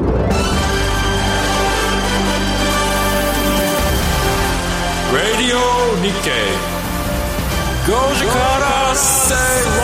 Radio Nikkei 5時から正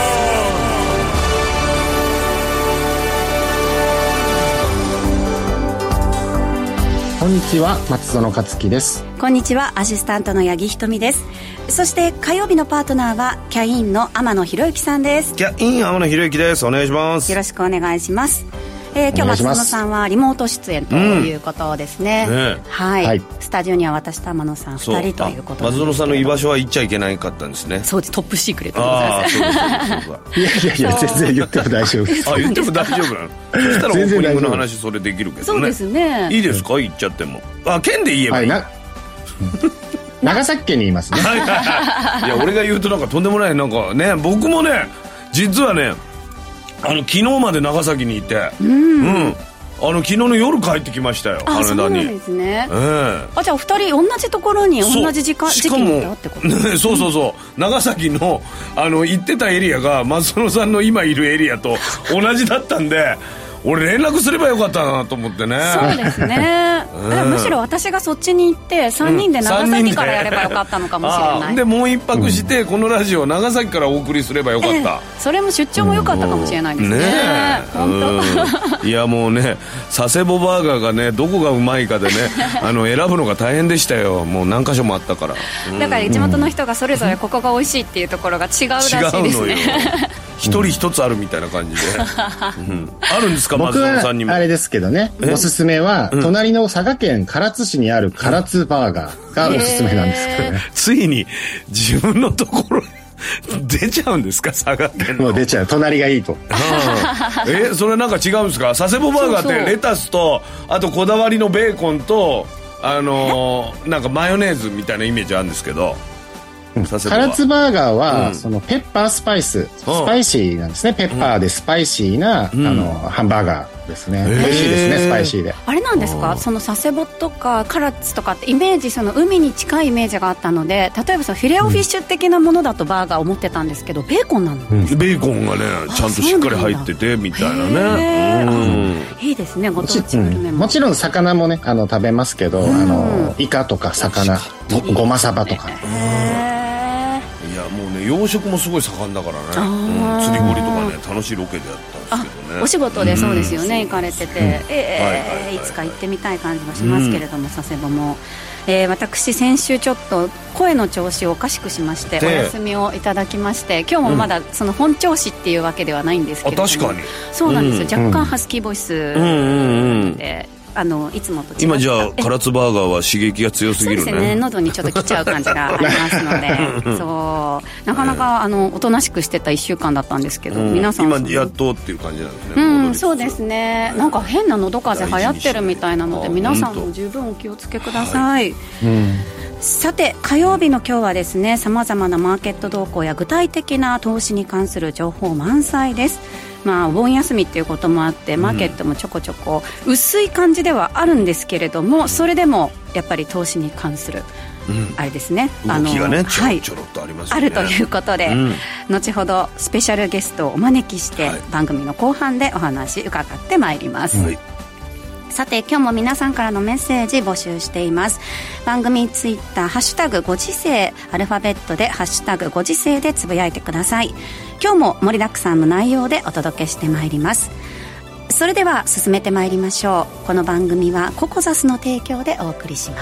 論。 こんにちは、松園克樹です。 こんにちは、アシスタントの八木ひとみです。そして火曜日のパートナーはキャインの天野博之さんです。 キャイン天野博之です。お願いします。 よろしくお願いします。今日松園さんはリモート出演ということですね、はい、スタジオには私と天野さん2人ということで、 松園さんの居場所は言っちゃいけないかったんですね。 そうです、トップシークレットでございます。 いや全然言っても大丈夫です。 言っても大丈夫なの。そしたらオープニングの話それできるけどね。 そうですね、 いいですか、言っちゃっても。県で言えばいい、 長崎県にいますね。 いや俺が言うとなんかとんでもない、なんかね、僕もね実はね昨日まで長崎にいて、昨日の夜帰ってきましたよ、羽田に。 そうなんですね、じゃあお二人同じところに同じ時期にいたってことですね。 そう長崎の行ってたエリアが松園さんの今いるエリアと同じだったんで俺連絡すればよかったなと思ってね。 そうですね、むしろ私がそっちに行って3人で長崎からやればよかったのかもしれない。 でもう一泊して、このラジオ長崎からお送りすればよかった、 それも出張もよかったかもしれないですね。本当いやもうね、佐世保バーガーがねどこがうまいかでね選ぶのが大変でしたよ。もう何箇所もあったから、 だから地元の人がそれぞれここが美味しいっていうところが違うらしいですね。 一人一つあるみたいな感じで、あるんですか。 僕はあれですけどね、おすすめは隣の佐賀県唐津市にある唐津バーガーがおすすめなんですけどね。 ついに自分のところ出ちゃうんですか、佐賀県の。 もう出ちゃう、隣がいいと。 それなんか違うんですか。佐世保バーガーってレタスとあとこだわりのベーコンとなんかマヨネーズみたいなイメージあるんですけど、 唐津バーガーは、そのペッパースパイスシーなんですね。ペッパーでスパイシーな、ハンバーガーですね。美味しいですね、スパイシーで。 あれなんですか、その佐世保とか唐津とかってイメージ、その海に近いイメージがあったので、例えばそのフィレオフィッシュ的なものだとバーガー思ってたんですけど、ベーコンなの、 ベーコンがねちゃんとしっかり入っててみたいなね。いいですね、ご当地グルメも。 もちろん魚もね食べますけど、イカとか魚、ごまさばとか。 いやもうね養殖もすごい盛んだからね、釣り堀とかね楽しいロケでやったんですけどね。 お仕事でそうですよね、行かれてて、いつか行ってみたい感じがしますけれども、佐世保も、私先週ちょっと声の調子をおかしくしましてお休みをいただきまして、今日もまだその本調子っていうわけではないんですけれども、 確かにそうなんですよ、若干ハスキーボイスで、いつもと違って今じゃあ唐津バーガーは刺激が強すぎるね。 そうですね、喉にちょっと来ちゃう感じがありますのでそうなかなかおとなしくしてた1週間だったんですけど、皆さん今やっとっていう感じなんですね。 そうですね、なんか変な喉風邪流行ってるみたいなので、皆さんも十分お気をつけください。さて火曜日の今日はですね、さまざまなマーケット動向や具体的な投資に関する情報満載です。お盆休みっていうこともあってマーケットもちょこちょこ薄い感じではあるんですけれども、それでもやっぱり投資に関する、あれですね、 動きがねちょろっとありますよね、 あるということで、後ほどスペシャルゲストをお招きして、番組の後半でお話伺ってまいります。さて今日も皆さんからのメッセージ募集しています。番組ツイッターハッシュタグご時世、アルファベットでハッシュタグご時世でつぶやいてください。今日も盛りだくさんの内容でお届けしてまいります。それでは進めてまいりましょう。この番組はココザスの提供でお送りします。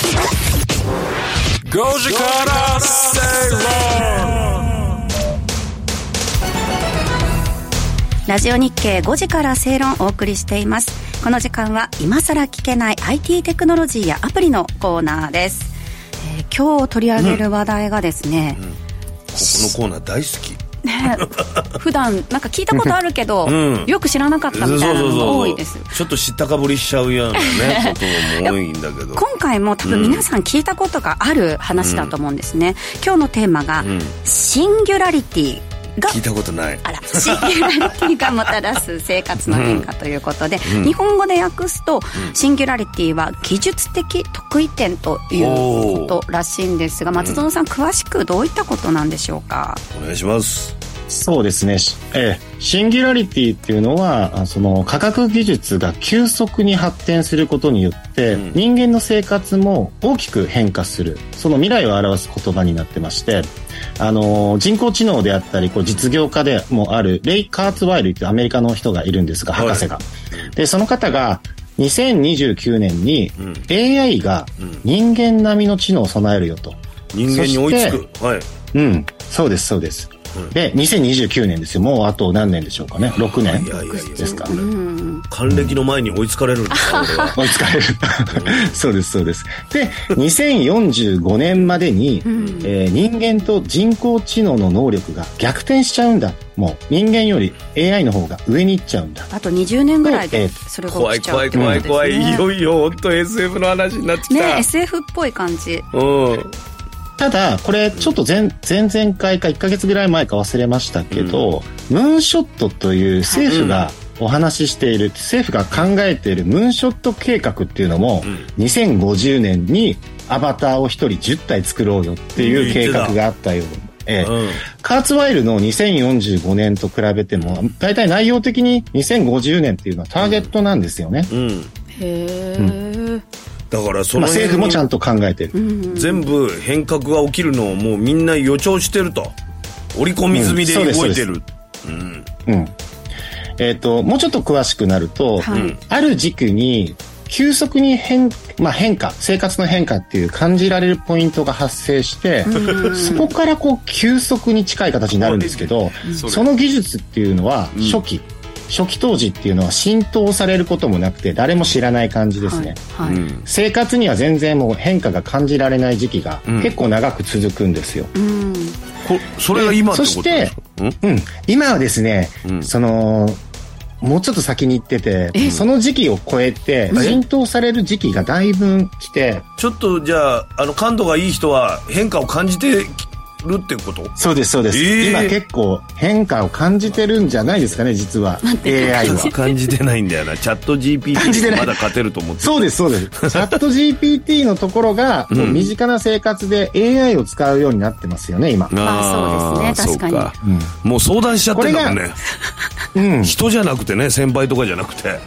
5時から正論。 ラジオ日経5時から正論をお送りしています。この時間は今さら聞けない IT テクノロジーやアプリのコーナーです。今日取り上げる話題がですね、 ここのコーナー大好き。 普段なんか聞いたことあるけど、よく知らなかったみたいなのが多いです。 ちょっと知ったかぶりしちゃうようなねことも多いんだけど、 今回も多分皆さん聞いたことがある話だと思うんですね。今日のテーマが、シンギュラリティが聞いたことない。 シンギュラリティがもたらす生活の変化ということで、日本語で訳すと、シンギュラリティは技術的得意点ということらしいんですが、松園さん、詳しくどういったことなんでしょうか。 お願いします。 そうですね。シンギュラリティっていうのは、その科学技術が急速に発展することによって、人間の生活も大きく変化する、その未来を表す言葉になってまして、人工知能であったり、実業家でもあるレイ・カーツワイルというアメリカの人がいるんですが、博士が。で、その方が、2029年に AI が人間並みの知能を備えるよと。 人間に追いつく。はい。 うん。そうです、そうです。で、2029年ですよ。もうあと何年でしょうかね。6年ですか。 還暦の前に追いつかれるんですか、俺は。 追いつかれる。そうです、そうです。で、2045年までに、人間と人工知能の能力が逆転しちゃうんだ。もう人間より AI の方が上に行っちゃうんだ。 あと20年ぐらいでそれが起きちゃうってことですね。 怖い。いよいよ本当 SF の話になってきた。 ね、SF っぽい感じ。 ただ、これちょっと前々回か1ヶ月ぐらい前か忘れましたけど、ムーンショットという政府がお話ししている、政府が考えているムーンショット計画っていうのも、2050年にアバターを1人10体作ろうよっていう計画があったようで、カーツワイルの2045年と比べても、大体内容的に2050年っていうのはターゲットなんですよね。 へー。 だからその政府もちゃんと考えてる、 全部変革が起きるのをもうみんな予兆してると、織り込み済みで動いてる。 もうちょっと詳しくなると、ある時期に急速に変化、生活の変化っていう感じられるポイントが発生して、そこから急速に近い形になるんですけど、その技術っていうのは初期当時っていうのは浸透されることもなくて誰も知らない感じですね、生活には全然もう変化が感じられない時期が結構長く続くんですよ、 それが今ってことですか？ そして、今はですね、もうちょっと先に行ってて、その時期を超えて浸透される時期がだいぶ来て、 ちょっとじゃあ感度がいい人は変化を感じてるってこと？ そうです、そうです、今結構変化を感じてるんじゃないですかね、実は AI は感じてないんだよな。チャット GPT まだ勝てると思って。 そうです、そうです。チャット GPT のところが、身近な生活で AI を使うようになってますよね、今。 そうですね、確かに。 もう相談しちゃってんだもんね。人じゃなくてね、先輩とかじゃなくて。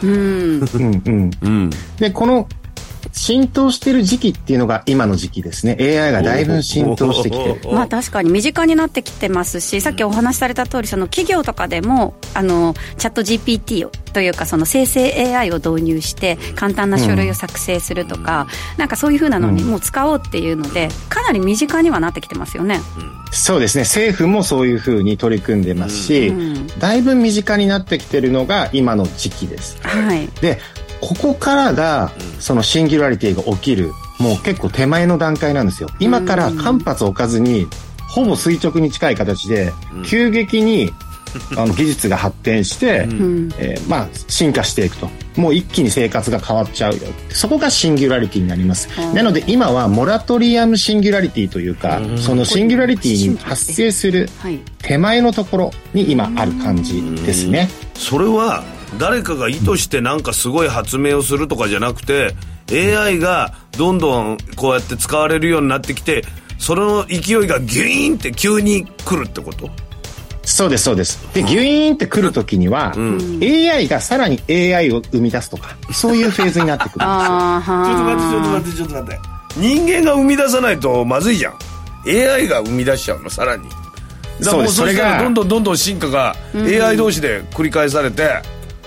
で、この浸透してる時期っていうのが今の時期ですね。 AI がだいぶ浸透してきてる。 確かに身近になってきてますし、さっきお話しされた通り、その企業とかでもチャット GPT というかその生成 AI を導入して簡単な書類を作成するとか、なんかそういう風なのにもう使おうっていうので、かなり身近にはなってきてますよね。 そうですね、政府もそういう風に取り組んでますし、だいぶ身近になってきてるのが今の時期です、でここからがそのシンギュラリティが起きるもう結構手前の段階なんですよ。今から間髪を置かずにほぼ垂直に近い形で急激に技術が発展して、進化していくと、もう一気に生活が変わっちゃうよ、そこがシンギュラリティになります。なので今はモラトリアムシンギュラリティというか、そのシンギュラリティに発生する手前のところに今ある感じですね。 それは誰かが意図してなんかすごい発明をするとかじゃなくて、AI がどんどんこうやって使われるようになってきて、その勢いがギュイーンって急に来るってこと？ そうです、そうです。で、ギュイーンって来るときには、AI がさらに AI を生み出すとか、そういうフェーズになってくるんですよ。 ちょっと待って。人間が生み出さないとまずいじゃん。AI が生み出しちゃうの、さらに。だからもうそしたらどんどん進化が AI 同士で繰り返されて、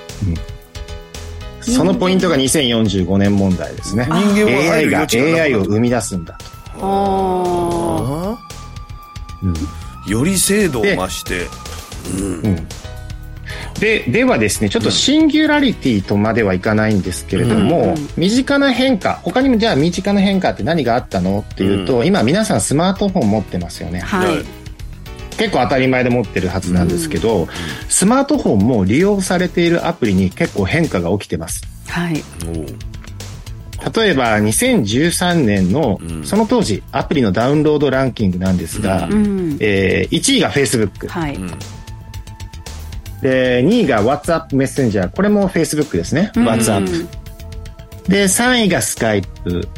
そのポイントが2045年問題ですね。 人間は AI が AI を生み出すんだと。 より精度を増して、 ではですね、ちょっとシンギュラリティとまではいかないんですけれども、身近な変化、他にもじゃあ身近な変化って何があったのっていうと、今皆さんスマートフォン持ってますよね。結構当たり前で持ってるはずなんですけど、スマートフォンも利用されているアプリに結構変化が起きてます。例えば2013年の、その当時アプリのダウンロードランキングなんですが、1位が Facebook、で2位が WhatsApp メッセンジャー、これも Facebook ですね、WhatsApp で3位が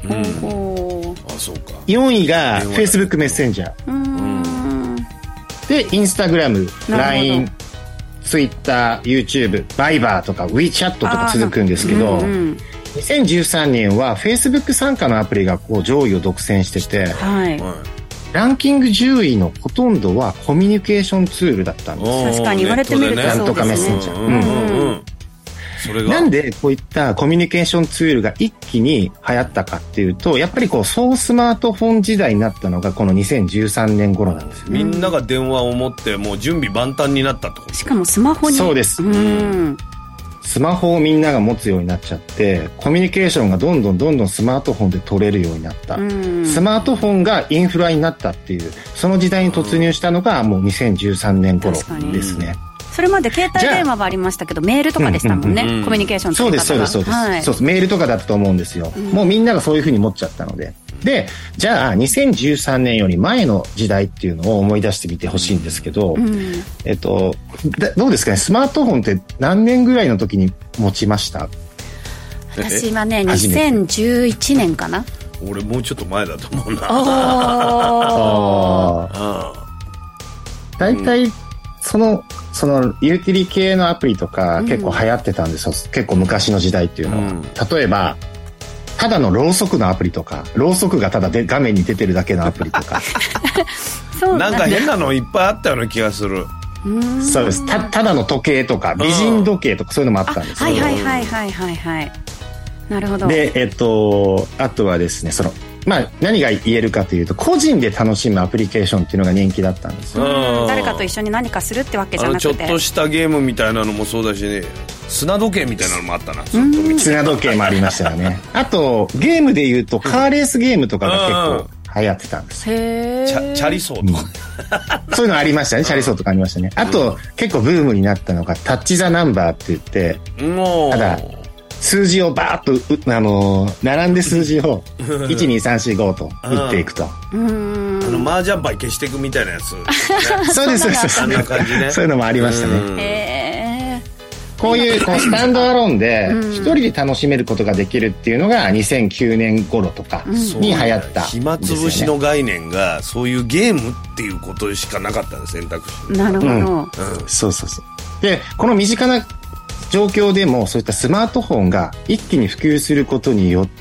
Skype、4位が Facebook メッセンジャー、 でインスタグラム、LINE、Twitter、YouTube、バイバーとか WeChat とか続くんですけど、2013年は Facebook 傘下のアプリがこう上位を独占してて、ランキング10位のほとんどはコミュニケーションツールだったんです。 確かに言われてみるとなんとかメッセンジャー。それがなんでこういったコミュニケーションツールが一気に流行ったかっていうと、やっぱりこう総スマートフォン時代になったのがこの2013年頃なんですよ。 みんなが電話を持ってもう準備万端になったってこと。 しかもスマホに。 そうです。スマホをみんなが持つようになっちゃって、コミュニケーションがどんどんスマートフォンで取れるようになった。スマートフォンがインフラになったっていう、その時代に突入したのがもう2013年頃ですね。 それまで携帯電話はありましたけど、メールとかでしたもんね、コミュニケーション取り方が。 そうです、そうです、メールとかだったと思うんですよ。もうみんながそういう風に持っちゃったので。で、じゃあ2013年より前の時代っていうのを思い出してみてほしいんですけど、どうですかね、スマートフォンって何年ぐらいの時に持ちました？ 私はね、2011年かな。 俺もうちょっと前だと思うな。 大体そのユーティリ系のアプリとか結構流行ってたんですよ、結構昔の時代っていうのは。例えばただのろうそくのアプリとか、ろうそくがただで画面に出てるだけのアプリとかなんか変なのいっぱいあったような気がする。 そうです。ただの時計とか美人時計とかそういうのもあったんですよ。 なるほど。 であとはですね、何が言えるかというと、個人で楽しむアプリケーションっていうのが人気だったんですよ。 誰かと一緒に何かするってわけじゃなくて、 ちょっとしたゲームみたいなのもそうだしね、砂時計みたいなのもあったな。 砂時計もありましたよね。あとゲームでいうとカーレースゲームとかが結構流行ってたんです。 チャリソーとか、そういうのありましたね。チャリソーとかありましたね。あと結構ブームになったのがタッチザナンバーって言って、ただ数字をバーッと並んで数字を12345と打っていくと、 麻雀牌消していくみたいなやつ。 そうです。 あんな感じね。 そういうのもありましたね。こういうスタンドアローンで一人で楽しめることができるっていうのが2009年頃とかに流行った、 暇つぶしの概念がそういうゲームっていうことしかなかったんです、選択肢。 なるほど。 そうで、この身近な状況でもそういったスマートフォンが一気に普及することによって、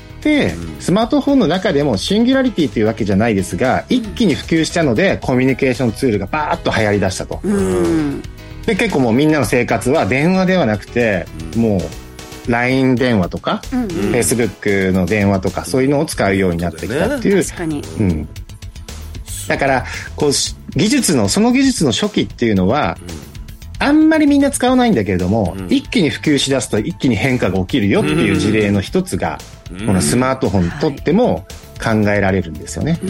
スマートフォンの中でもシンギュラリティというわけじゃないですが、一気に普及したのでコミュニケーションツールがバーッと流行りだしたと。で、結構もうみんなの生活は電話ではなくて、もう LINE 電話とか、Facebook の電話とか、そういうのを使うようになってきたっていう。 確かに。 だからその技術の初期っていうのは、あんまりみんな使わないんだけれども、一気に普及しだすと一気に変化が起きるよっていう事例の一つが、このスマートフォンにとっても考えられるんですよね。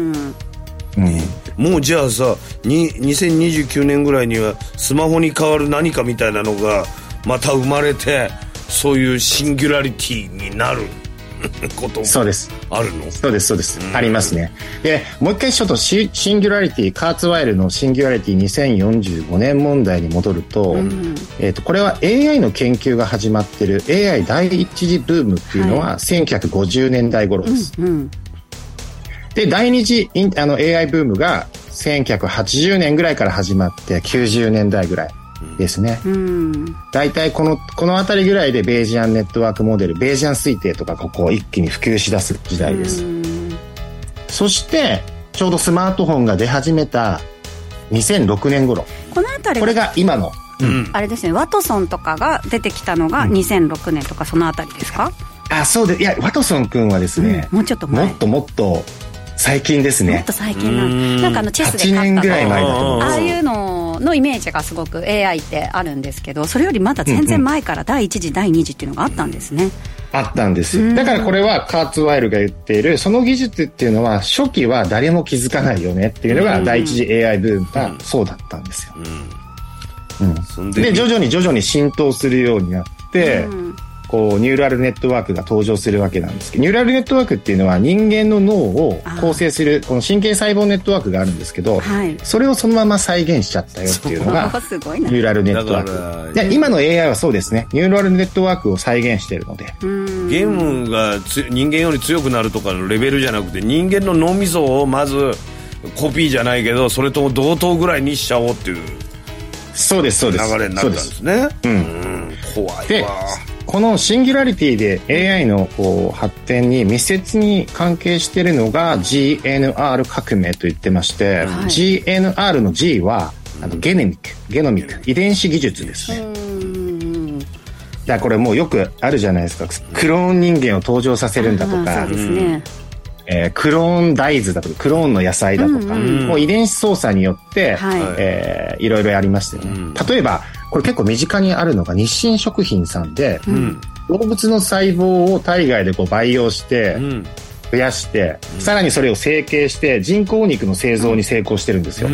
もうじゃあさ、2029年ぐらいにはスマホに代わる何かみたいなのがまた生まれて、そういうシンギュラリティになることもあるの？ そうです、ありますね。で、もう一回ちょっとシンギュラリティ、カーツワイルのシンギュラリティ2045年問題に戻ると、これは AI の研究が始まってる AI 第一次ブームっていうのは1950年代頃です。で、第二次AI ブームが1980年ぐらいから始まって90年代ぐらいですね。大体この辺りぐらいでベイジアンネットワークモデル、ベイジアン推定とかがこう一気に普及しだす時代です。そしてちょうどスマートフォンが出始めた2006年頃、 この辺り、 これが今の、 あれですね、ワトソンとかが出てきたのが2006年とかその辺りですか？ そうで、いや、ワトソン君はですね、 もうちょっと前、 もっと最近ですね。 もっと最近なんかチェスで 8年ぐらい前だと思う。 ああいうののイメージがすごく AI ってあるんですけど、それよりまだ全然前から第1次第2次っていうのがあったんですね。 あったんですよ。だからこれはカーツワイルが言っているその技術っていうのは初期は誰も気づかないよねっていうのが第一次 AI ブームがそうだったんですよ。で、徐々に浸透するようになって、こうニューラルネットワークが登場するわけなんですけど、ニューラルネットワークっていうのは人間の脳を構成するこの神経細胞ネットワークがあるんですけど、それをそのまま再現しちゃったよっていうのがニューラルネットワークで、今の AI はそうですね、ニューラルネットワークを再現しているので、 ゲームが人間より強くなるとかのレベルじゃなくて、人間の脳みそをまずコピーじゃないけどそれとも同等ぐらいにしちゃおうっていうそうですそうです、 流れになったんですね。怖いわ。 でこのシンギュラリティで AI のこう発展に密接に関係しているのが GNR 革命と言ってまして、GNR の G はゲノミック遺伝子技術ですね。だからこれもうよくあるじゃないですか、クローン人間を登場させるんだとか、 そうですね、 クローン大豆だとかクローンの野菜だとか、もう遺伝子操作によって、いろいろやりましたよね。例えばこれ結構身近にあるのが日清食品さんで、動物の細胞を体外でこう培養して、増やして、さらにそれを成形して人工肉の製造に成功してるんですよ。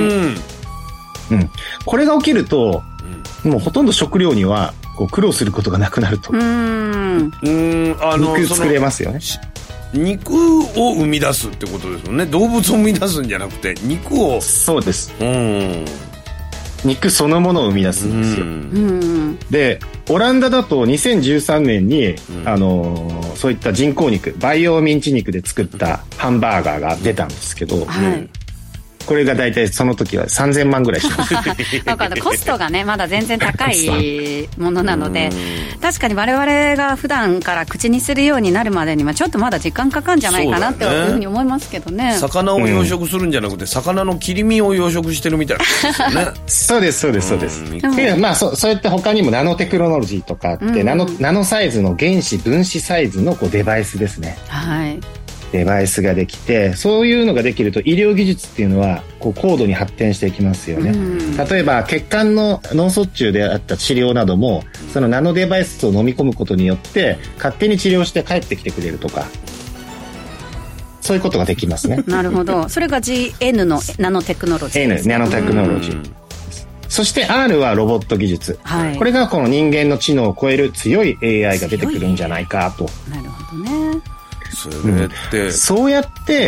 これが起きると、もうほとんど食料にはこう苦労することがなくなると。肉作れますよね。 肉を生み出すってことですもんね。動物を生み出すんじゃなくて肉を。そうです。 肉そのものを生み出すんですよ。でオランダだと2013年に、そういった人工肉培養ミンチ肉で作ったハンバーガーが出たんですけど、これが大体その時は3000万ぐらいしますだからコストがねまだ全然高いものなので、確かに我々が普段から口にするようになるまでにはちょっとまだ時間かかるんじゃないかなっていうふうに思いますけどね。 魚を養殖するんじゃなくて、魚の切り身を養殖してるみたいなことですよねそうですそうですそうです、まあそうやって他にもナノテクノロジーとかあって、ナノサイズの原子分子サイズのこうデバイスですね。デバイスができて、そういうのができると医療技術っていうのはこう高度に発展していきますよね。例えば血管の脳卒中であった治療なども、そのナノデバイスを飲み込むことによって勝手に治療して帰ってきてくれるとか、そういうことができますねなるほど。それが GN のナノテクノロジーです。 ナノテクノロジー。そして R はロボット技術、これがこの人間の知能を超える強い AI が出てくるんじゃないかと。 なるほどね。 そうやって、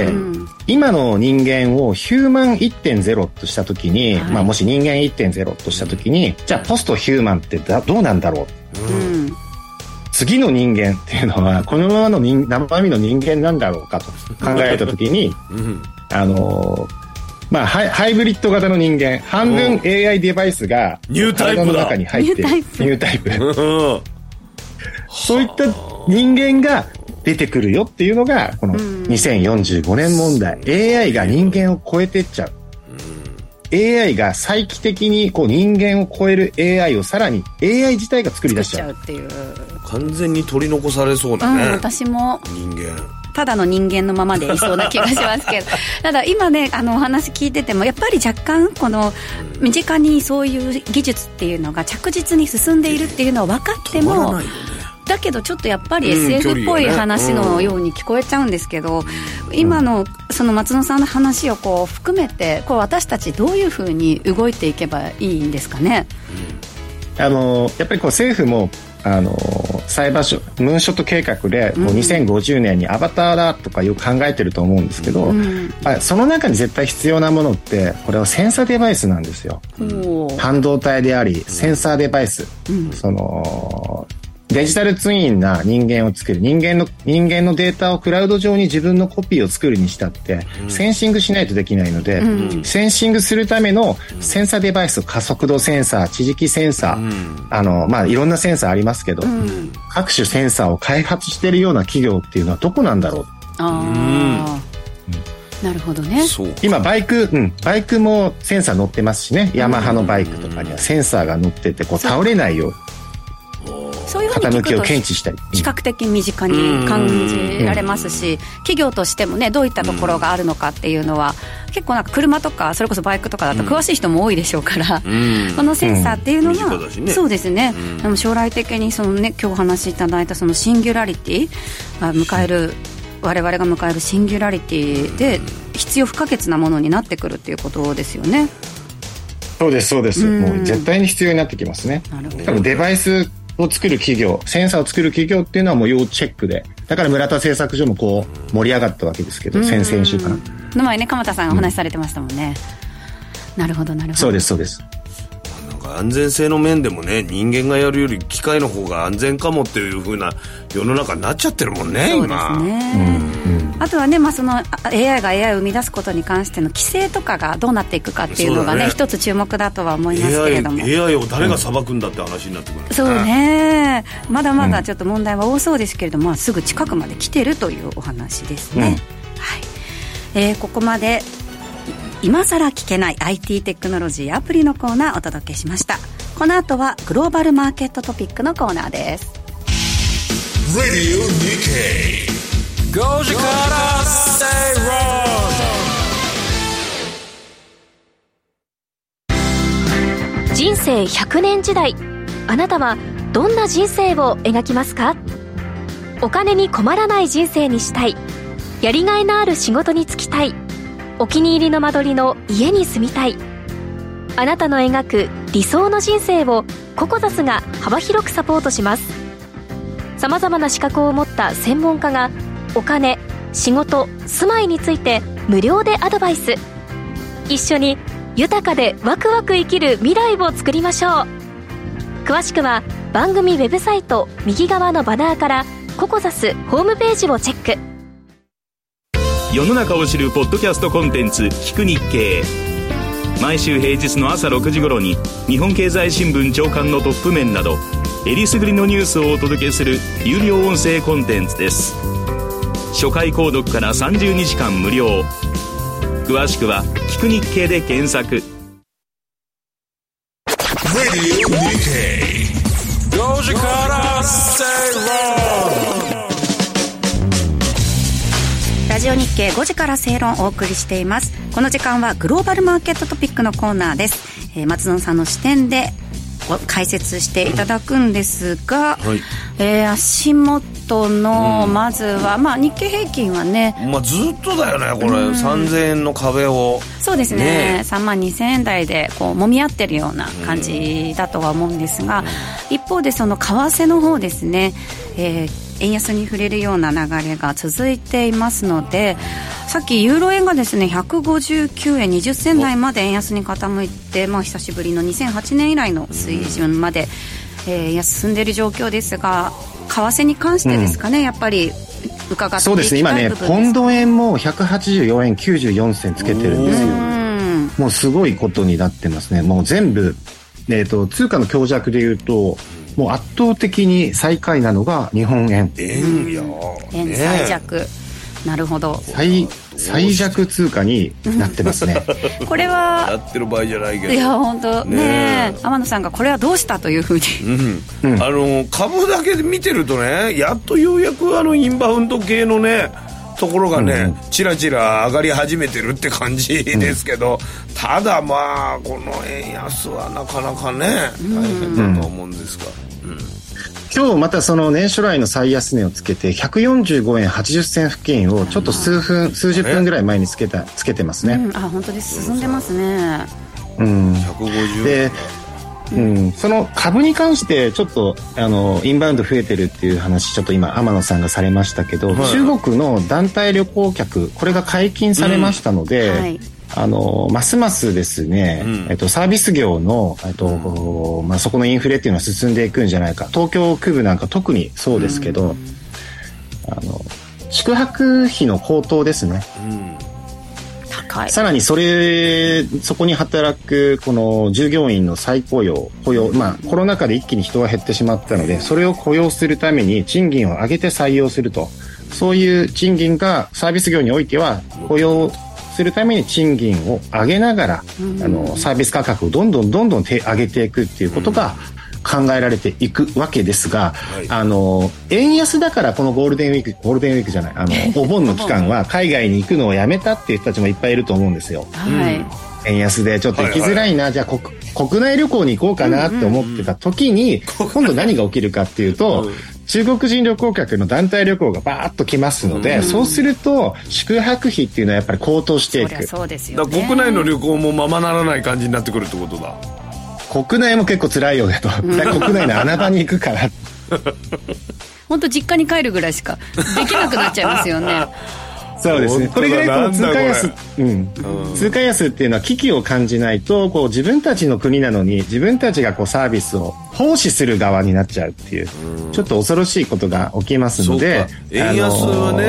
今の人間をヒューマン 1.0 としたときに、もし人間 1.0 としたときに、じゃあポストヒューマンってどうなんだろう、次の人間っていうのはこのままの生身の人間なんだろうかと考えたときにハイブリッド型の人間、半分 AI デバイスが体の中に入ってるニュータイプそういった人間が出てくるよっていうのがこの2045年問題。AI が人間を超えてっちゃう。AI が再帰的にこう人間を超える AI をさらに AI 自体が作り出しちゃうっていう。 完全に取り残されそうだね。 私も人間ただの人間のままでいそうな気がしますけどただ今ねお話聞いててもやっぱり若干この身近にそういう技術っていうのが着実に進んでいるっていうのは分かっても、止まらないよね。だけどちょっとやっぱり SF っぽい話のように聞こえちゃうんですけど、今のその松野さんの話をこう含めてこう私たちどういうふうに動いていけばいいんですかね。 やっぱりこう政府もサイバームーンショット計画でもう2050年にアバターだとかよく考えてると思うんですけど、その中に絶対必要なものってこれはセンサーデバイスなんですよ。半導体でありセンサーデバイス、そのデジタルツインな人間を作る、人間のデータをクラウド上に自分のコピーを作るにしたって、センシングしないとできないので、センシングするためのセンサーデバイス、加速度センサー、地磁気センサー、いろんなセンサーありますけど、各種センサーを開発しているような企業っていうのはどこなんだろう。 なるほどね。 今バイクもセンサー乗ってますしね。ヤマハのバイクとかにはセンサーが乗っててこう倒れないように。 そういうふうに聞くと比較的身近に感じられますし、企業としてもねどういったところがあるのかっていうのは結構なんか車とかそれこそバイクとかだと詳しい人も多いでしょうから、このセンサーっていうのが、そうですね、将来的にそのね今日お話しいただいたそのシンギュラリティが迎える、我々が迎えるシンギュラリティで必要不可欠なものになってくるっていうことですよね。 そうですそうです、もう絶対に必要になってきますね。多分デバイスを作る企業、センサーを作る企業っていうのはもう要チェックで、だから村田製作所もこう盛り上がったわけですけど、先々週からの前ね鎌田さんがお話しされてましたもんね。なるほどなるほど。 そうですそうです。 なんか安全性の面でもね、人間がやるより機械の方が安全かもっていう風な世の中になっちゃってるもんね。 そうですね、 あとはね、その AI が AI を生み出すことに関しての規制とかがどうなっていくかっていうのがね、一つ注目だとは思いますけれども、 AI を誰が裁くんだって話になってくる、 そうね、まだまだちょっと問題は多そうですけれども、すぐ近くまで来てるというお話ですね、はい。ここまで今さら聞けない IT テクノロジーアプリのコーナーお届けしました。この後はグローバルマーケットトピックのコーナーです。 Radio Nikkei 5時から Stay Wrong。 人生100年時代、あなたはどんな人生を描きますか？お金に困らない人生にしたい、やりがいのある仕事に就きたい、お気に入りの間取りの家に住みたい。あなたの描く理想の人生をココザスが幅広くサポートします。さまざまな資格を持った専門家がお金、仕事、住まいについて無料でアドバイス。一緒に豊かでワクワク生きる未来を作りましょう。詳しくは番組ウェブサイト右側のバナーからココザスホームページをチェック。 世の中を知るポッドキャストコンテンツ聞く日経。毎週平日の朝6時頃に日本経済新聞朝刊のトップ面などえりすぐりのニュースをお届けする有料音声コンテンツです。初回購読から30日間無料。詳しくは聞く日経で検索。 Radio Nikkei 5時から Stay Wrong。 ラジオ日経5時から正論をお送りしています。この時間はグローバルマーケットトピックのコーナーです。松野さんの視点で解説していただくんですが、はい、足元のまずは、日経平均はね、 ずっとだよねこれ、3000円の壁を。 そうですね、3万2000円台でこう揉み合ってるような感じだとは思うんですが、一方でその為替の方ですね、円安に触れるような流れが続いていますので、さっきユーロ円がですね159円20銭台まで円安に傾いて、久しぶりの2008年以来の水準まで、進んでいる状況ですが、為替に関してですかね、やっぱり伺っていきたい部分です。 そうですね、今ねポンド円も184円94銭つけてるんですよ。もうすごいことになってますね。もう全部、通貨の強弱でいうともう圧倒的に最下位なのが日本円。 円最弱、なるほど、 最弱通貨になってますねこれはやってる場合じゃないけど、 いや本当ね、天野さんがこれはどうしたというふうに、 株だけで見てるとね、やっとようやくインバウンド系のねところがね、ちらちら上がり始めてるって感じですけど、ただこの円安はなかなかね大変だと思うんですが、 今日またその年初来の最安値をつけて145円80銭付近をちょっと数十分ぐらい前につけてますね。 本当です、進んでますね。 150 で、その株に関してちょっとインバウンド増えてるっていう話ちょっと今天野さんがされましたけど、中国の団体旅行客これが解禁されましたので、ますますですね、サービス業のそこのインフレっていうのは進んでいくんじゃないか。東京区部なんか特にそうですけど、宿泊費の高騰ですね、高い。さらにそこに働くこの従業員の再雇用、コロナ禍で一気に人が減ってしまったので、それを雇用するために賃金を上げて採用すると、そういう賃金がサービス業においては雇用するために賃金を上げながら、サービス価格をどんどん上げていくっていうことが考えられていくわけですが、円安だからこのゴールデンウィークじゃないお盆の期間は海外に行くのをやめたっていう人たちもいっぱいいると思うんですよ。円安でちょっと行きづらいな、じゃあ国内旅行に行こうかなって思ってた時に、今度何が起きるかっていうと、中国人旅行客の団体旅行がバーッと来ますので、そうすると宿泊費っていうのはやっぱり高騰していく。 そうですよね。 だから国内の旅行もままならない感じになってくるってことだ。 国内も結構辛いよねと。国内の穴場に行くから本当実家に帰るぐらいしかできなくなっちゃいますよねそうですね。これぐらいこの通貨安、通貨安っていうのは危機を感じないと、自分たちの国なのに自分たちがサービスを奉仕する側になっちゃうっていう、ちょっと恐ろしいことが起きますので、 円安はね、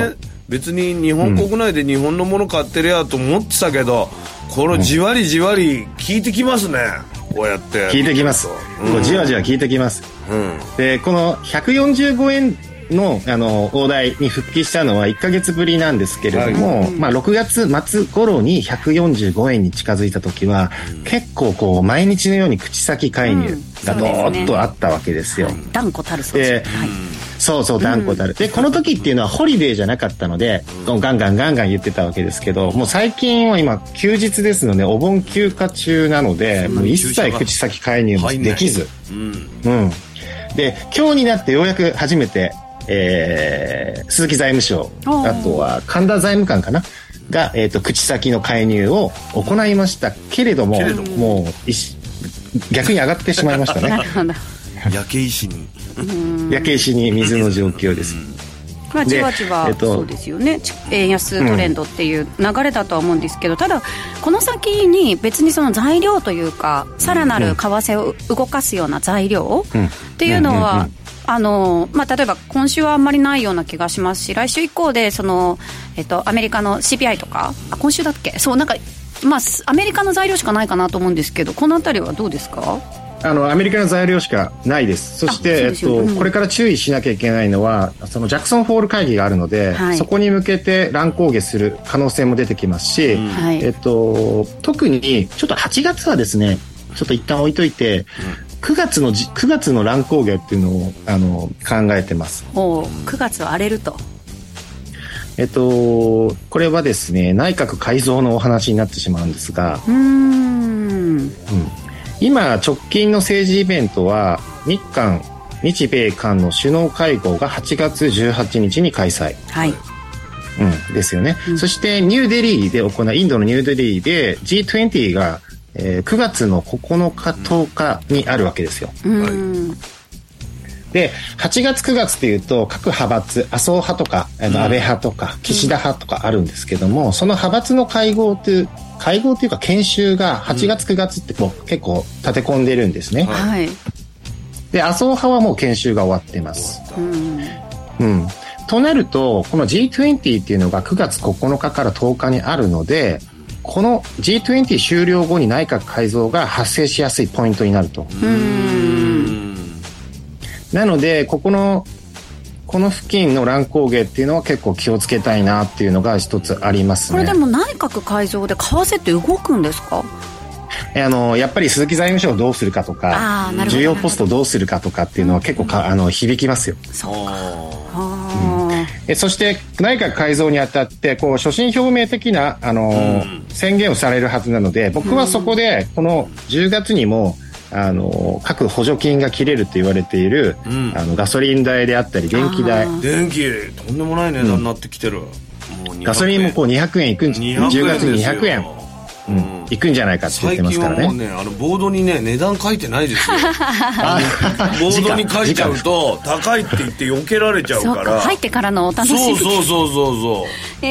別に日本国内で日本のもの買ってるやと思ってたけど、このじわりじわり効いてきますね、こうやって効いてきます、こうじわじわ効いてきます、でこの145円の大台に復帰したのは1ヶ月ぶりなんですけれども、6月末頃に145円に近づいた時は、結構こう毎日のように口先介入がどーっとあったわけですよ、 断固たる措置、 そう断固たる。でこの時っていうのはホリデーじゃなかったのでガンガン言ってたわけですけど、もう最近は今休日ですのでお盆休暇中なので、もう一切口先介入もできず、で今日になってようやく初めて鈴木財務省、あとは神田財務官かなが、口先の介入を行いましたけれども、もう逆に上がってしまいましたね。 焼け石に水の状況です。 じわじわ、そうですよね、円安トレンドっていう流れだとは思うんですけど、ただこの先に別にその材料というかさらなる為替を動かすような材料っていうのは、例えば今週はあんまりないような気がしますし、来週以降でその、アメリカの CPI とか、今週だっけ、そうなんか、アメリカの材料しかないかなと思うんですけど、このあたりはどうですか？ アメリカの材料しかないです。そして、これから注意しなきゃいけないのは、そのジャクソンホール会議があるので、そこに向けて乱高下する可能性も出てきますし、特にちょっと8月はですね、ちょっと一旦置いといて、9月の乱高下っていうのを考えてます。 9月は荒れると。 これはですね、内閣改造のお話になってしまうんですが、今直近の政治イベントは日米韓の首脳会合が8月18日に開催、ですよね、そしてニューデリーでインドのニューデリーで G20 が9月の9日10日にあるわけですよ。で8月9月っていうと各派閥、麻生派とか安倍派とか岸田派とかあるんですけども、その派閥の会合っていうか研修が8月9月ってこう結構立て込んでるんですね。で麻生派はもう研修が終わってます。となるとこの G20 っていうのが9月9日から10日にあるので、この G20 終了後に内閣改造が発生しやすいポイントになると。なのでこの付近の乱高下っていうのは結構気をつけたいなっていうのが一つありますね。 これでも内閣改造で為替って動くんですか？ やっぱり鈴木財務省をどうするかとか重要ポストをどうするかとかっていうのは結構響きますよ。そうか。そして内閣改造にあたってこう所信表明的な宣言をされるはずなので、僕はそこでこの10月にも各補助金が切れると言われている、ガソリン代であったり電気代、 電気とんでもない値段になってきてる、 ガソリンもこう200円いくん10月に200円いくんじゃないかって言ってますからね。 最近はもうねボードにね値段書いてないですよ。ボードに書いちゃうと高いって言って避けられちゃうから。 入ってからのお楽しみ。 そう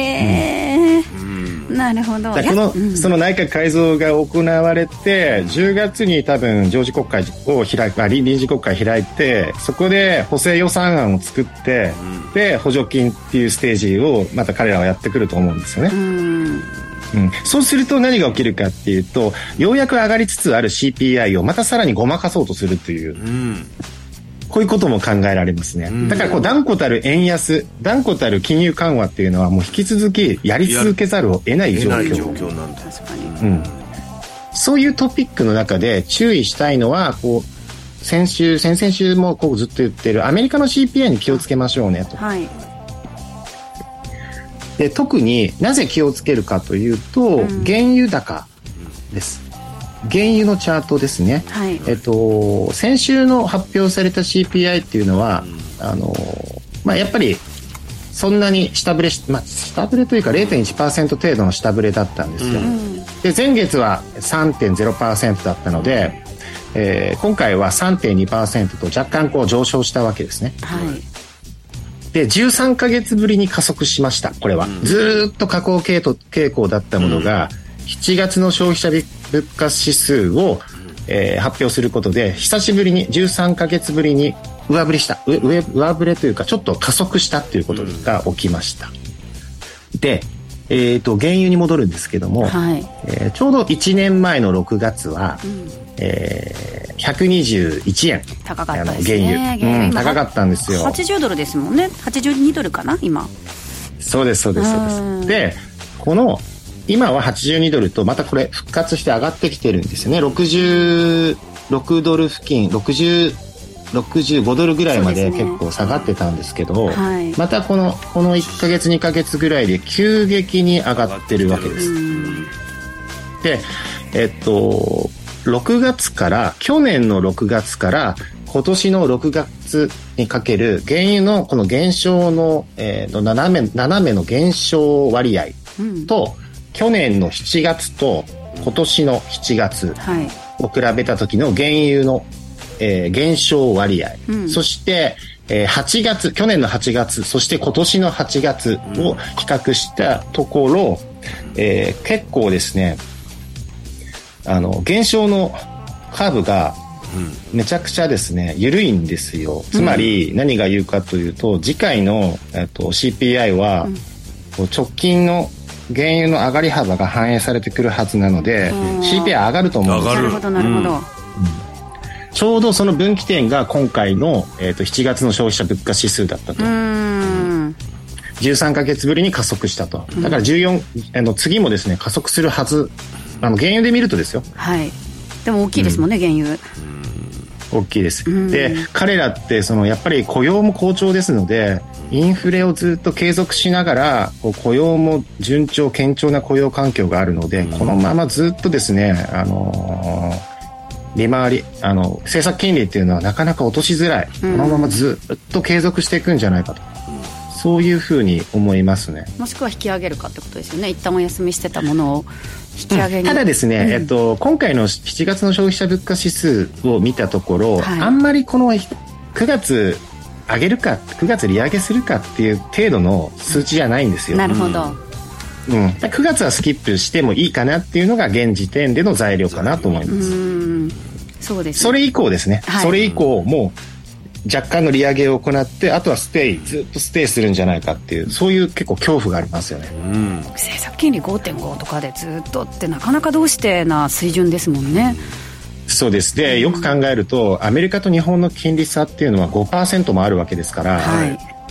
なるほど。 その内閣改造が行われて10月に多分臨時国会を臨時国会開いて、そこで補正予算案を作って、で補助金っていうステージをまた彼らはやってくると思うんですよね。そうすると何が起きるかっていうと、ようやく上がりつつある CPI をまたさらにごまかそうとするという、こういうことも考えられますね。だから断固たる円安、断固たる金融緩和っていうのはもう引き続きやり続けざるを得ない状況なんだ。 そういうトピックの中で注意したいのはこう先々週もこうずっと言ってるアメリカの CPI に気をつけましょうねと。で特になぜ気をつけるかというと、原油高です。原油のチャートですね。先週の発表された CPI っていうのは、やっぱりそんなに下振れというか 0.1% 程度の下振れだったんですよ。で前月は 3.0% だったので、今回は 3.2% と若干こう上昇したわけですね。で13ヶ月ぶりに加速しました。これはずっと下降傾向だったものが、7月の消費者物価指数を、発表することで久しぶりに13ヶ月ぶりに上振れというかちょっと加速したっていうことが起きました。 で、原油に戻るんですけども、はい、ちょうど1年前の6月は、121円。 高かったですね。 原油、高かったんですよ。 80ドルですもんね。82ドルかな今。 そうですそうですそうです。で、この今は82ドルとまたこれ復活して上がってきてるんですよね。66ドル付近、65ドルぐらいまで結構下がってたんですけど、はい、またこの1ヶ月2ヶ月ぐらいで急激に上がってるわけです。で、6月から去年の6月から今年の6月にかける原油のこの減少の、斜めの減少割合と、去年の7月と今年の7月を比べた時の原油の減少割合、そして、8月、去年の8月、そして今年の8月を比較したところ、結構ですね、減少のカーブがめちゃくちゃですね、緩いんですよ。つまり何が言うかというと、次回の、CPI は、直近の原油の上がり幅が反映されてくるはずなので、CPI 上がると思うんですよ。 なるほどなるほど。 ちょうどその分岐点が今回の、7月の消費者物価指数だったと。13ヶ月ぶりに加速したと。だから次もですね、加速するはず。原油で見るとですよ。 はい。でも大きいですもんね、原油。 大きいです。で、彼らってやっぱり雇用も好調ですので、インフレをずっと継続しながら雇用も順調堅調な雇用環境があるので、このままずっとですね、利回り政策金利っていうのはなかなか落としづらい、このままずっと継続していくんじゃないかと、そういうふうに思いますね。 もしくは引き上げるかってことですよね。一旦お休みしてたものを引き上げに、 ただですね、今回の7月の消費者物価指数を見たところ、はい、あんまりこの9月上げるか9月利上げするかっていう程度の数値じゃないんですよ。 なるほど。 9月はスキップしてもいいかなっていうのが現時点での材料かなと思います。 そうですね。 それ以降ですね、はい、それ以降もう若干の利上げを行って、あとはずっとステイするんじゃないかっていう、そういう結構恐怖がありますよね。 政策金利 5.5 とかでずっとってなかなかどうしてな水準ですもんね。 そうです。で、よく考えるとアメリカと日本の金利差っていうのは 5% もあるわけですから、はい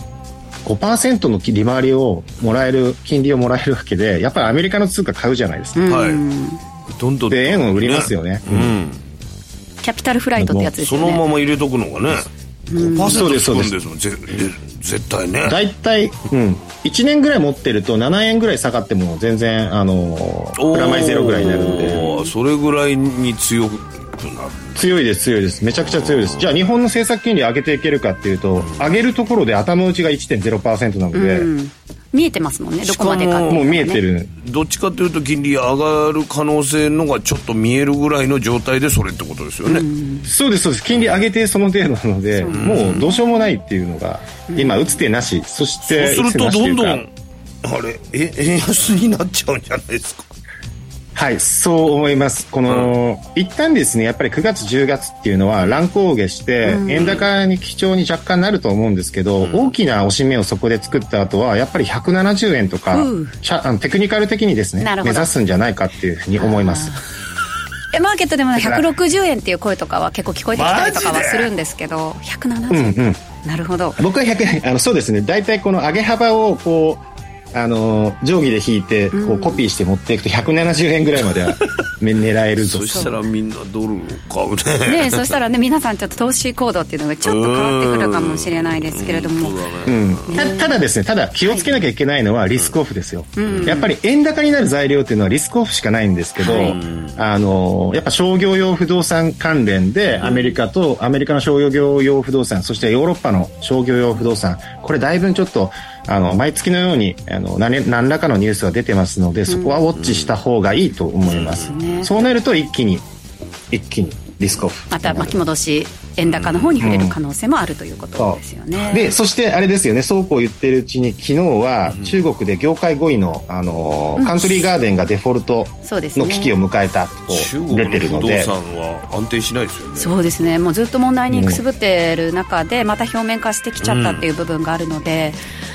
、5% の利回りをもらえる、金利をもらえるわけで、やっぱりアメリカの通貨買うじゃないですか。はい、 どんどんで円を売りますよね。 キャピタルフライトってやつですよね。 そのまま入れとくのがね、5% つくんですもん、絶対ね。 大体、1年ぐらい持ってると7円ぐらい下がっても全然プラマイゼロぐらいになるので、 それぐらいに強いです。めちゃくちゃ強いです。じゃあ日本の政策金利上げていけるかっていうと、上げるところで頭打ちが 1.0% なので、 見えてますもんね、どこまでかっていうのがね。 もう見えてる。 どっちかというと金利上がる可能性のがちょっと見えるぐらいの状態でそれってことですよね。 そうですそうです。金利上げてその程度なので、もうどうしようもないっていうのが、今打つ手なし、そしてそうするとどんどん円安になっちゃうんじゃないですか。 はい、そう思います。一旦ですね、やっぱり9月10月っていうのは乱高下して円高に基調に若干なると思うんですけど、大きな押し目をそこで作った後はやっぱり170円とか、テクニカル的にですね目指すんじゃないかっていうふうに思います。 マーケットでも160円っていう声とかは結構聞こえてきたりとかはするんですけど、170円、なるほど。 僕は100円、そうですね、大体この上げ幅をこう定規で引いてこうコピーして持っていくと170円ぐらいまでは狙えると。 そしたらみんなドルを買うね。そしたらね、皆さんちょっと投資行動っていうのがちょっと変わってくるかもしれないですけれども、 ただですね、気をつけなきゃいけないのはリスクオフですよ。やっぱり円高になる材料っていうのはリスクオフしかないんですけど、やっぱ商業用不動産関連でアメリカの商業用不動産、そしてヨーロッパの商業用不動産、これだいぶちょっと毎月のように何らかのニュースが出てますので、そこはウォッチした方がいいと思います。そうなると一気にリスクオフ、 また巻き戻し円高の方に触れる可能性もあるということですよね。 で、そしてあれですよね、そうこう言ってるうちに昨日は中国で業界5位の、カントリーガーデンがデフォルトの危機を迎えたと出てるので、 中国の不動産は安定しないですよね。 そうですね、もうずっと問題にくすぶってる中でまた表面化してきちゃったっていう部分があるので、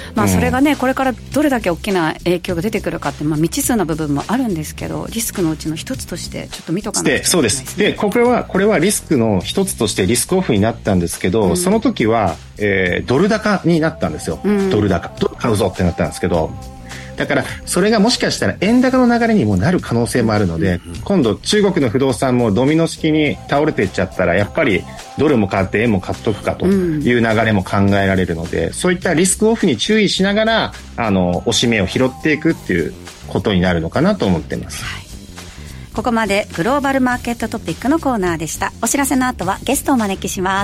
それがねこれからどれだけ大きな影響が出てくるかって、未知数な部分もあるんですけど、リスクのうちの一つとしてちょっと見とかなきゃいけないですね。 そうです。でこれはリスクの一つとしてリスクオフになったんですけど、その時は、ドル高になったんですよ。ドル高買うぞってなったんですけど、だからそれがもしかしたら円高の流れにもなる可能性もあるので、今度中国の不動産もドミノ式に倒れていっちゃったら、やっぱりドルも買って円も買っとくかという流れも考えられるので、そういったリスクオフに注意しながら押し目を拾っていくっていうことになるのかなと思っています。 ここまでグローバルマーケットトピックのコーナーでした。お知らせの後はゲストをお招きします。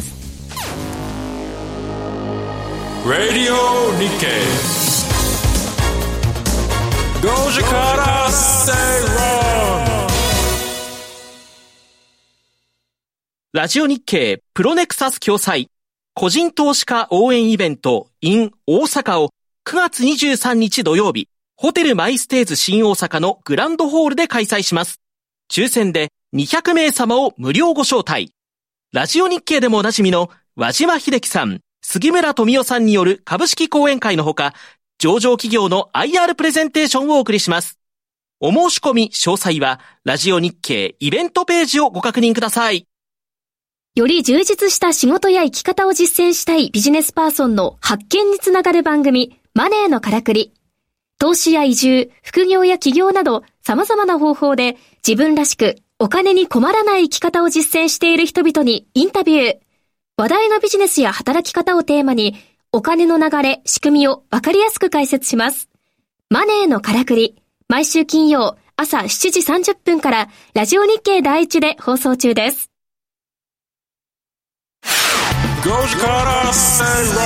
ラディオ日経5時から正論。 ラジオ日経プロネクサス共催個人投資家応援イベント in 大阪を9月23日土曜日、ホテルマイステイズ新大阪のグランドホールで開催します。抽選で200名様を無料ご招待。ラジオ日経でもおなじみの輪島秀樹さん、杉村富夫さんによる株式講演会のほか、上場企業の IR プレゼンテーションをお送りします。お申し込み詳細はラジオ日経イベントページをご確認ください。 より充実した仕事や生き方を実践したいビジネスパーソンの発見につながる番組、マネーのからくり。投資や移住、副業や起業など様々な方法で自分らしくお金に困らない生き方を実践している人々にインタビュー。話題のビジネスや働き方をテーマにお金の流れ、仕組みをわかりやすく解説します。マネーのからくり。毎週金曜朝7時30分からラジオ日経第一で放送中です。 5時から正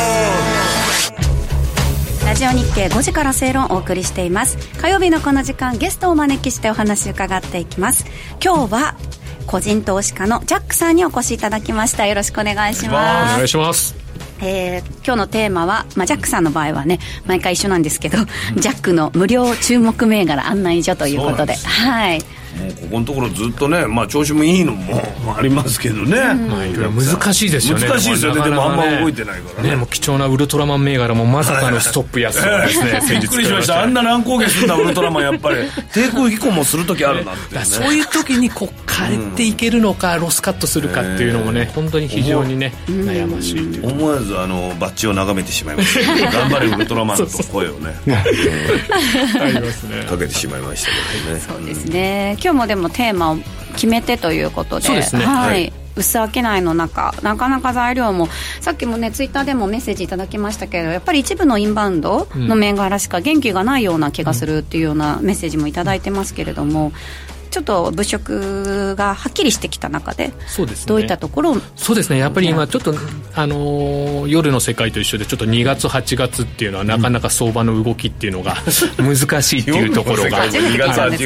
論。 ラジオ日経5時から正論をお送りしています。火曜日のこの時間、ゲストをお招きしてお話を伺っていきます。今日は個人投資家のジャックさんにお越しいただきました。よろしくお願いします。 お願いします。 今日のテーマは、ジャックさんの場合はね毎回一緒なんですけど、ジャックの無料注目銘柄案内所ということで、はい、 もうここのところずっとね、調子もいいのもありますけどね、 難しいですよね。 難しいですよね。でもあんま動いてないからね。 もう貴重なウルトラマン銘柄もまさかのストップ安ですね。 びっくりしました。あんな乱高下するんだウルトラマン。やっぱり抵抗飛行もする時あるなってね。 そういう時に変えていけるのか、ロスカットするかっていうのもね、本当に非常にね悩ましいという。 思わずバッジを眺めてしまいました。頑張れウルトラマンと声をねありますね。 かけてしまいましたけどね。 そうですね。今日もでもテーマを決めてということで、 そうですね、 はい、薄商いの中、なかなか材料もさっきもねツイッターでもメッセージいただきましたけど、やっぱり一部のインバウンドの銘柄しか元気がないような気がするっていうようなメッセージもいただいてますけれども、ちょっと物色がはっきりしてきた中で、 そうですね、 どういったところを。 そうですね、やっぱり今ちょっと、夜の世界と一緒でちょっと2月8月っていうのはなかなか相場の動きっていうのが難しいっていうところが 2月8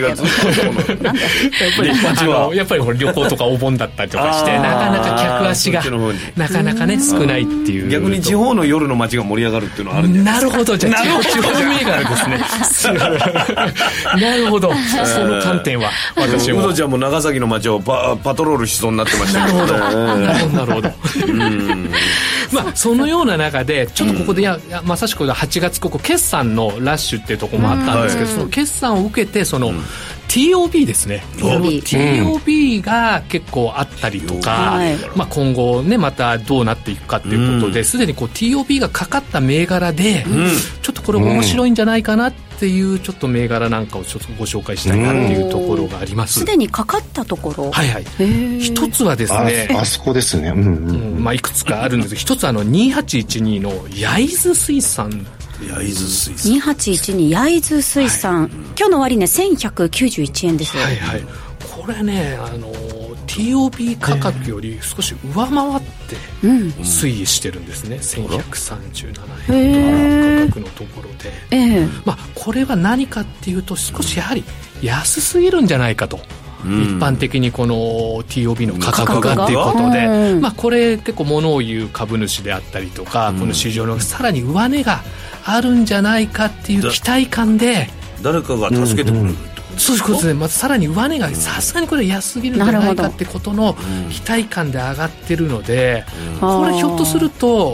月やっぱり旅行とかお盆だったりとかしてなかなか客足がなかなかね少ないっていう。 逆に地方の夜の街が盛り上がるっていうのはあるんじゃないですか。 なるほど、じゃあ地方銘柄ですねなるほど、その観点は私も。 ウドちゃんも長崎の街をパトロールしそうになってましたけど。 なるほどそのような中でちょっとここでまさしく8月ここ決算のラッシュっていうところもあったんですけど、その決算を受けてその、TOB ですね、TOB が結構あったりとか、今後ねまたどうなっていくかっていうことで、すでにTOB がかかった銘柄で、ちょっとこれ面白いんじゃないかなっていうちょっと銘柄なんかをちょっとご紹介したいなっていうところがあります。 すでにかかったところ、 一つはですね、 あそこですね、 いくつかあるんですけど、一つ2812の焼津水産。 2812焼津水産、今日の終値1191円ですよ。 これねTOB 価格より少し上回って推移してるんですね、1137円価格のところで、これは何かっていうと少しやはり安すぎるんじゃないかと、一般的にこの TOB の価格がっていうことで、これ結構物を言う株主であったりとか、この市場のさらに上値があるんじゃないかっていう期待感で誰かが助けてくれる、 そういうことで、さらに上値がさすがにこれ安すぎるんじゃないかってことの期待感で上がってるので、これひょっとすると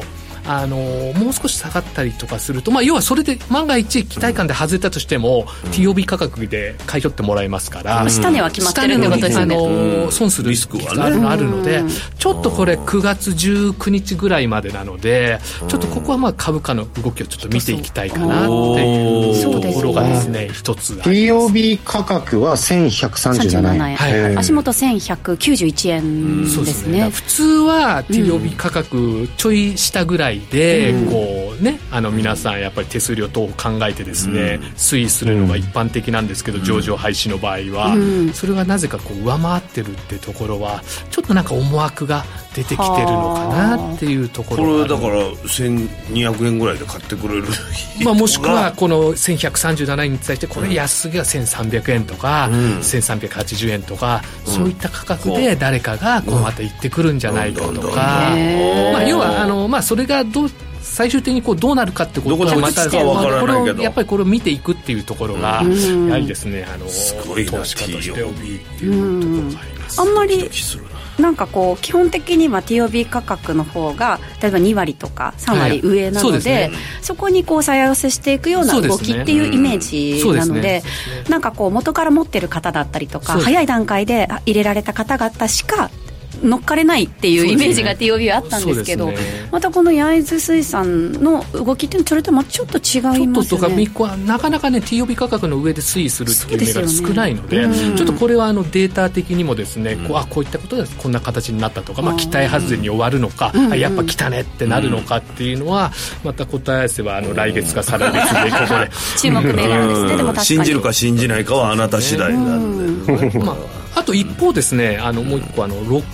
もう少し下がったりとかすると、要はそれで万が一期待感で外れたとしても、TOB 価格で買い取ってもらえますから、 下値は決まってるってことですね。 損するリスクがあるので、ちょっとこれ9月19日ぐらいまでなので、ちょっとここは株価の動きをちょっと見ていきたいかなっていうところがですね、一つ TOB 価格は1137円、 はい、足元1191円ですね。 普通は TOB 価格ちょい下ぐらいで、こうね、皆さんやっぱり手数料等を考えてですね、推移するのが一般的なんですけど、上場廃止の場合は、それがなぜかこう上回ってるってところはちょっとなんか思惑が出てきてるのかなっていうところが、 これだから1200円ぐらいで買ってくれるもしくはこの1137円に対してこれ安が1300円とか、1380円とか、そういった価格で誰かがこうまた行ってくるんじゃないかとか、要はそれが最終的にこうどうなるかってことはまたこれをやっぱりこれを見ていくっていうところがやはりですね、投資家としてっていうところがあります。 あんまりなんかこう基本的には TOB 価格の方が例えば2割とか3割上なので、そこにこう再寄せしていくような動きっていうイメージなので、なんかこう元から持ってる方だったりとか、早い段階で入れられた方々しか乗っかれないっていうイメージが TOB はあったんですけど、またこの焼津水産の動きっていうのはそれともちょっと違いますよね。 なかなかね TOB 価格の上で推移するっていう銘柄少ないので、ちょっとこれはデータ的にもですね、こういったことでこんな形になったとか、期待外れに終わるのか、やっぱ来たねってなるのかっていうのは、また答え合わせは来月か再来月でここで注目銘柄ですね。でも確かに信じるか信じないかはあなた次第なんで、 あと一方ですね、もう一個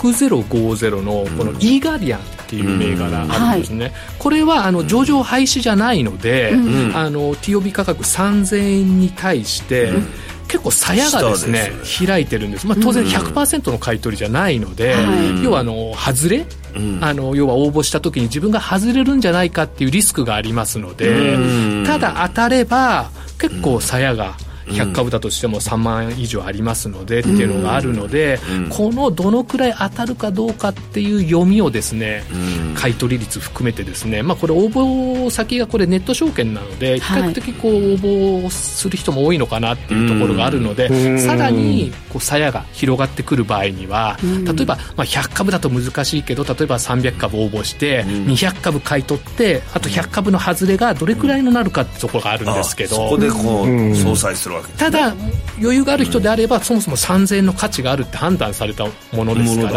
6050のこのイーガーディアンっていう銘柄あるんですね、これは上場廃止じゃないので、TOB 価格3000円に対して、結構鞘がですね開いてるんです、当然 100% の買い取りじゃないので、要は外れ、要は応募した時に自分が外れるんじゃないかっていうリスクがありますので、ただ当たれば結構鞘が100株だとしても3万円以上ありますのでっていうのがあるので、このどのくらい当たるかどうかっていう読みをですね、買い取り率含めてですね、これ応募先がこれネット証券なので比較的こう応募する人も多いのかなっていうところがあるので、さらにこう鞘が広がってくる場合には、例えば100株だと難しいけど、例えば300株応募して200株買い取って、あと100株の外れがどれくらいになるかってところがあるんですけど、 そこでこう相殺する。 ただ余裕がある人であれば、そもそも3000円の価値があるって判断されたものですから、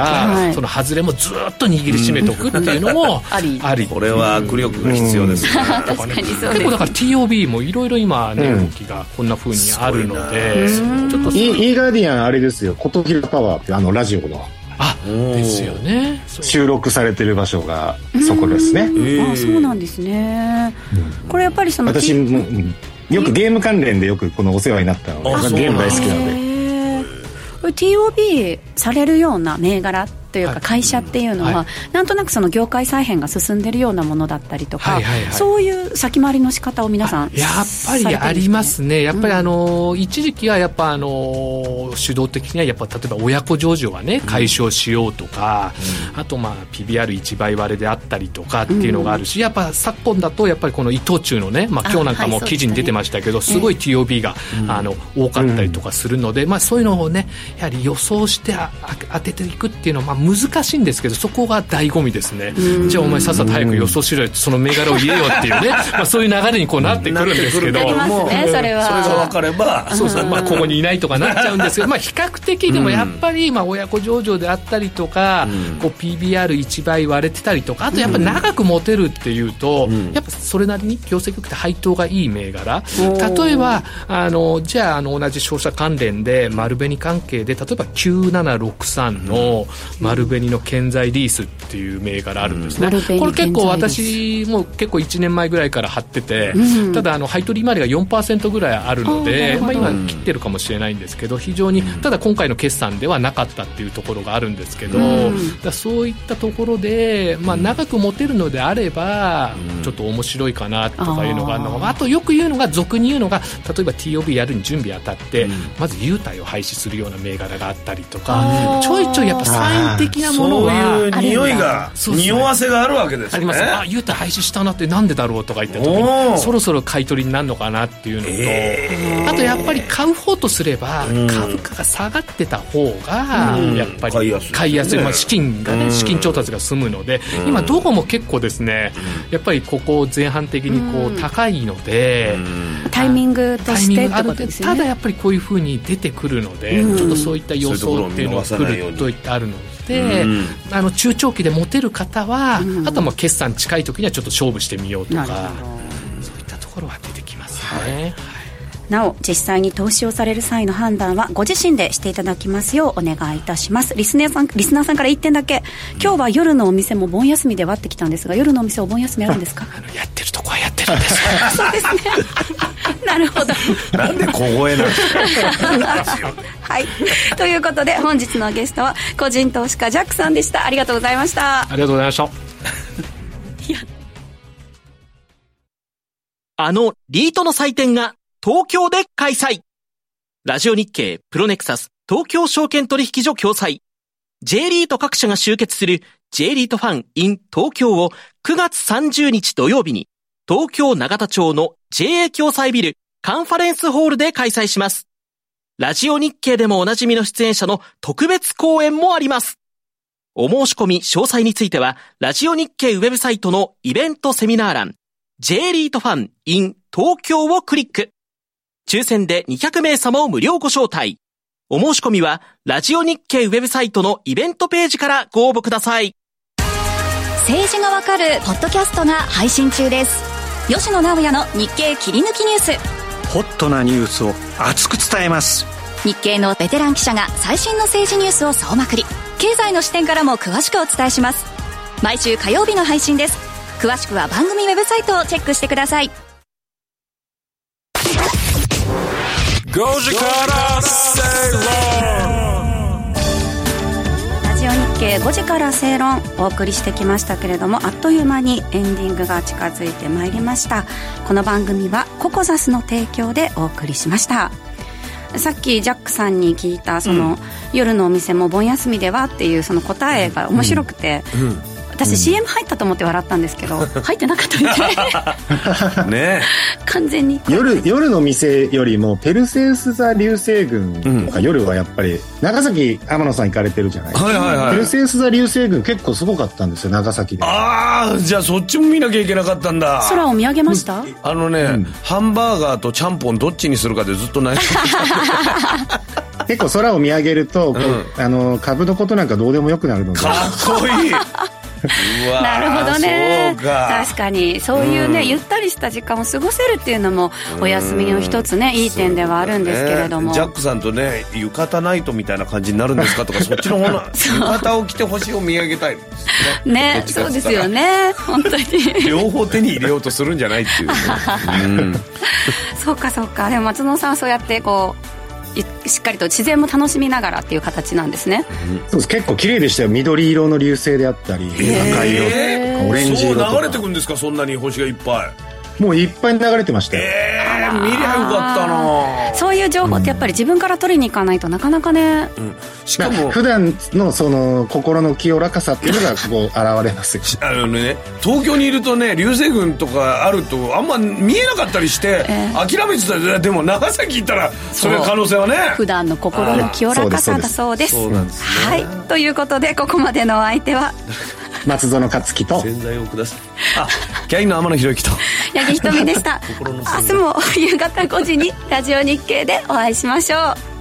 その外れもずっと握りしめておくっていうのもあり。 これは握力が必要ですね。 確かにそうです。 結構だから TOB もいろいろ今ね、動きがこんな風にあるので、ちょっとイーガーディアンあれですよ、琴平パワーってラジオのですよね、 収録されてる場所がそこですね。 そうなんですね。これやっぱり私もよくゲーム関連でよくこのお世話になったので、ゲーム大好きなので。 これ TOB されるような銘柄というか会社っていうのは、なんとなくその業界再編が進んでるよううなものだったりとか、そういう先回りの仕方を皆さんやっぱりありますね。やっぱり一時期はやっぱ主導的にはやっぱ例えば親子上場はね解消しようとか、あとPBR1 倍割れであったりとかっていうのがあるし、やっぱ昨今だとやっぱりこの伊藤忠のね、今日なんかも記事に出てましたけど、すごい TOB が多かったりとかするので、そういうのをねやはり予想して当てていくっていうのは難しいんですけど、そこが醍醐味ですね。じゃあお前さっさと早く予想しろよ、その銘柄を言えよっていうねそういう流れにこうなってくるんですけど、 それが分かればここにいないとかなっちゃうんですけど、比較的でもやっぱり親子上場であったりとか、こう PBR1 倍割れてたりとか、あとやっぱ長く持てるっていうと、やっぱそれなりに業績良くて配当がいい銘柄、例えばじゃあ同じ商社関連で丸紅関係で例えば9763の丸紅の建材リースっていう銘柄あるんですね。これ結構私も結構1年前ぐらいから貼ってて、ただ配当利回りが 4% ぐらいあるので、今切ってるかもしれないんですけど、非常にただ今回の決算ではなかったっていうところがあるんですけど、だそういったところで、長く持てるのであればちょっと面白いかなとかいうのがあるのが、あとよく言うのが俗に言うのが、例えば TOB やるに準備当たって、まず優待を廃止するような銘柄があったりとか、ちょいちょいやっぱサイン的なものはそういう匂いが、匂わせがあるわけですね。 あります。言うたら廃止したなってなんでだろうとか言った時にそろそろ買い取りになるのかなっていうのと、あとやっぱり買う方とすれば、株価が下がってた方がやっぱり買いやすい、資金がね、資金調達が済むので、今どこも結構ですね、やっぱりここ前半的にこう高いので、 タイミングとしてってことですね。 ただやっぱりこういう風に出てくるので、ちょっとそういった予想っていうのが来るといってあるので、中長期で持てる方は、あとは決算近い時にはちょっと勝負してみようとか、そういったところは出てきますね。 なお実際に投資をされる際の判断はご自身でしていただきますようお願いいたします。リスナーさんから1点だけ、今日は夜のお店も盆休みではってきたんですが、夜のお店お盆休みあるんですか？ やってるとこはやってるんですそうですねなるほどなんで小声なんですかはい、ということで本日のゲストは個人投資家ジャックさんでした。ありがとうございました。 ありがとうございましたリートの祭典が東京で開催。ラジオ日経プロネクサス東京証券取引所共催 J リート各社が集結する J リートファン in 東京を9月30日土曜日に東京永田町の JA 共催ビルカンファレンスホールで開催します。ラジオ日経でもおなじみの出演者の特別講演もあります。お申し込み詳細についてはラジオ日経ウェブサイトのイベントセミナー欄 J リートファン in 東京をクリック。抽選で200名様を無料ご招待。お申し込みはラジオ日経ウェブサイトのイベントページからご応募ください。 政治がわかるポッドキャストが配信中です。吉野直也の日経切り抜きニュース。 ホットなニュースを熱く伝えます。 日経のベテラン記者が最新の政治ニュースを総まくり、経済の視点からも詳しくお伝えします。毎週火曜日の配信です。詳しくは番組ウェブサイトをチェックしてください。 5時から正論。 ラジオ日経5時から正論お送りしてきましたけれども、あっという間にエンディングが近づいてまいりました。この番組はココザスの提供でお送りしました。さっきジャックさんに聞いた夜のお店も盆休みではっていうその答えが面白くて、私 CM 入ったと思って笑ったんですけど、入ってなかったみたいね完全に夜の店よりもペルセウス座流星群とか、夜はやっぱり長崎天野さん行かれてるじゃないですか、ペルセウス座流星群結構すごかったんですよ、長崎で。 ああ、じゃあそっちも見なきゃいけなかったんだ。 空を見上げました？ ハンバーガーとちゃんぽんどっちにするかでずっと悩んで結構空を見上げると、株のことなんかどうでもよくなるので。 かっこいいなるほどね。確かにそういうね、ゆったりした時間を過ごせるっていうのもお休みの一つね、いい点ではあるんですけれども、 ジャックさんとね、浴衣ナイトみたいな感じになるんですかとかそっちの方の浴衣を着て星を見上げたいですね。 そうですよね、本当に両方手に入れようとするんじゃないっていう、 そうかそうか。でも松野さんはそうやってこうしっかりと自然も楽しみながらっていう形なんですね。 そうです、結構綺麗でしたよ。緑色の流星であったり、赤色とかオレンジ色とか。 そう流れてくんですか、そんなに星がいっぱい。 もういっぱい流れてましたよ。 見りゃよかったな。 そういう情報ってやっぱり自分から取りに行かないとなかなかね、 しかも普段のその心の清らかさっていうのがここ現れますよ東京にいるとね、流星群とかあるとあんま見えなかったりして、諦めてたよ。でも長崎行ったらそれ可能性はね、 普段の心の清らかさだそうです。 そうなんですね。 はい、ということでここまでのお相手は松園克樹と洗剤をください。キャインの天野博之と八木ひとみでした。明日も夕方5時にラジオ日経でお会いしましょう。